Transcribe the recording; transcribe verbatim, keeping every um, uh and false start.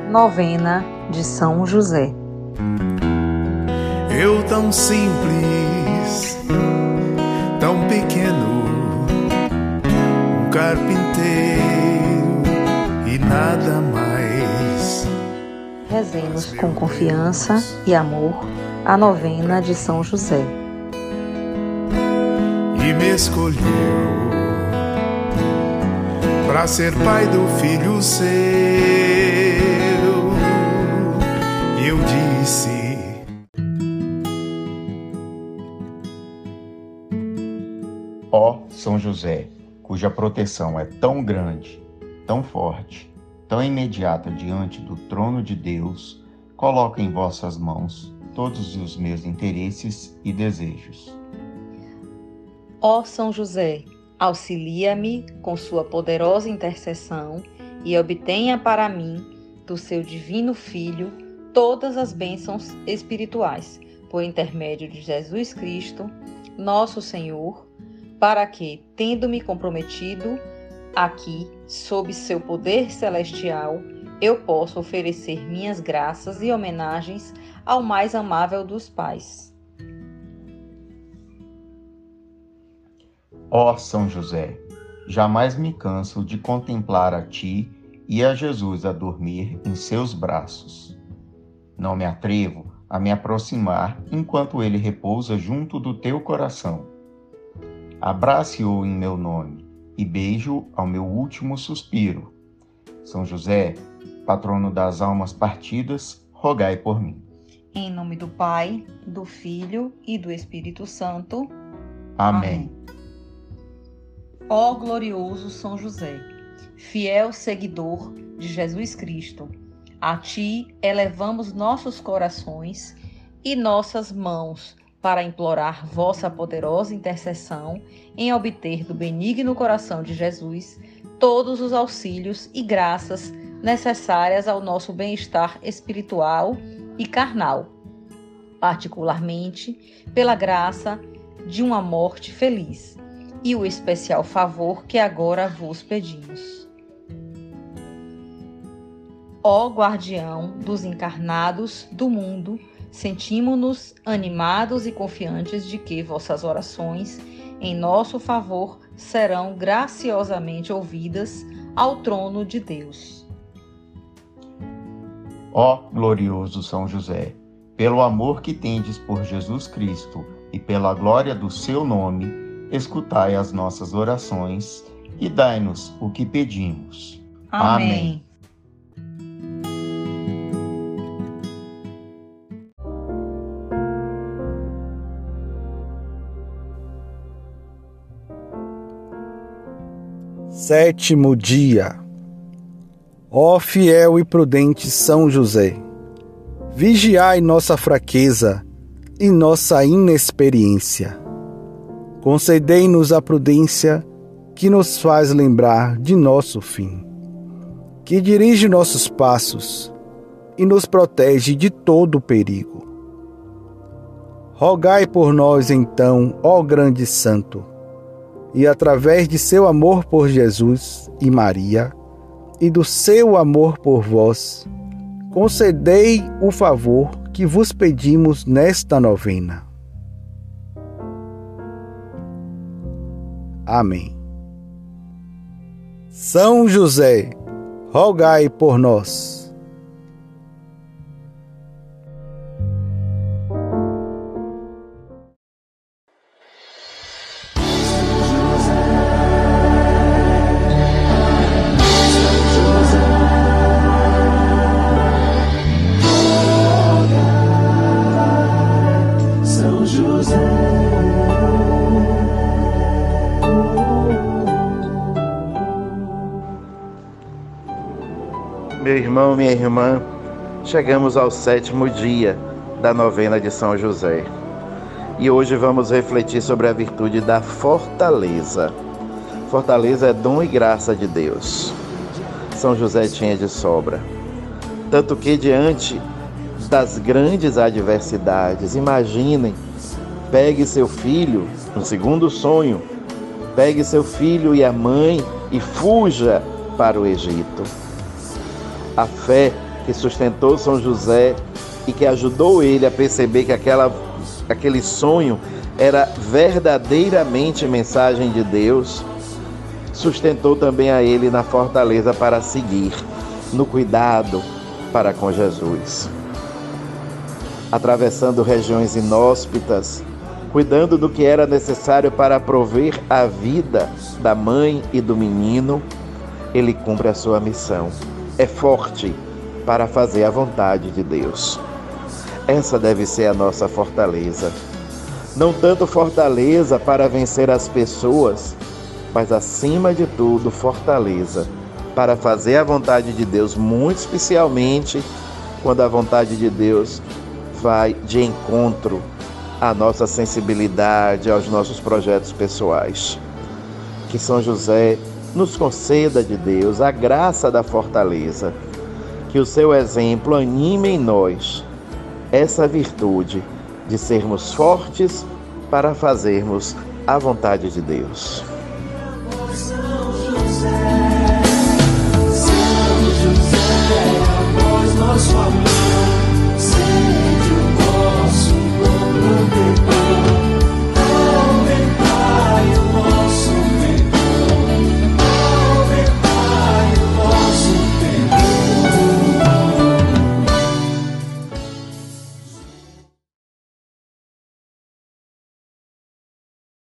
Novena de São José. Eu tão simples, tão pequeno, um carpinteiro e nada mais. Rezemos com confiança e amor a novena de São José. E me escolheu para ser pai do filho seu. E eu disse: ó São José, cuja proteção é tão grande, tão forte, tão imediata diante do trono de Deus, coloco em vossas mãos todos os meus interesses e desejos. Ó São José, auxilia-me com sua poderosa intercessão e obtenha para mim, do seu divino Filho, todas as bênçãos espirituais, por intermédio de Jesus Cristo, nosso Senhor, para que, tendo-me comprometido aqui, sob seu poder celestial, eu possa oferecer minhas graças e homenagens ao mais amável dos pais. Ó São José, jamais me canso de contemplar a ti e a Jesus a dormir em seus braços. Não me atrevo a me aproximar enquanto ele repousa junto do teu coração. Abrace-o em meu nome e beijo ao meu último suspiro. São José, patrono das almas partidas, rogai por mim. Em nome do Pai, do Filho e do Espírito Santo. Amém. Ó glorioso São José, fiel seguidor de Jesus Cristo, a ti elevamos nossos corações e nossas mãos para implorar vossa poderosa intercessão em obter do benigno coração de Jesus todos os auxílios e graças necessárias ao nosso bem-estar espiritual e carnal, particularmente pela graça de uma morte feliz e o especial favor que agora vos pedimos. Ó guardião dos encarnados do mundo, sentimos-nos animados e confiantes de que vossas orações em nosso favor serão graciosamente ouvidas ao trono de Deus. Ó glorioso São José, pelo amor que tendes por Jesus Cristo e pela glória do seu nome, escutai as nossas orações e dai-nos o que pedimos. Amém. Sétimo dia. Ó fiel e prudente São José, vigiai nossa fraqueza e nossa inexperiência. Concedei-nos a prudência que nos faz lembrar de nosso fim, que dirige nossos passos e nos protege de todo perigo. Rogai por nós então, ó grande santo, e através de seu amor por Jesus e Maria, e do seu amor por vós, concedei o favor que vos pedimos nesta novena. Amém. São José, rogai por nós. Meu irmão, minha irmã, chegamos ao sétimo dia da novena de São José. E hoje vamos refletir sobre a virtude da fortaleza. Fortaleza é dom e graça de Deus. São José tinha de sobra. Tanto que diante das grandes adversidades, imaginem, pegue seu filho, um segundo sonho, pegue seu filho e a mãe e fuja para o Egito. A fé que sustentou São José e que ajudou ele a perceber que aquela, aquele sonho era verdadeiramente mensagem de Deus, sustentou também a ele na fortaleza para seguir, no cuidado para com Jesus. Atravessando regiões inóspitas, cuidando do que era necessário para prover a vida da mãe e do menino, ele cumpre a sua missão. É forte para fazer a vontade de Deus. Essa deve ser a nossa fortaleza. Não tanto fortaleza para vencer as pessoas, mas acima de tudo, fortaleza para fazer a vontade de Deus, muito especialmente quando a vontade de Deus vai de encontro à nossa sensibilidade, aos nossos projetos pessoais. Que São José nos conceda de Deus a graça da fortaleza, que o seu exemplo anime em nós essa virtude de sermos fortes para fazermos a vontade de Deus.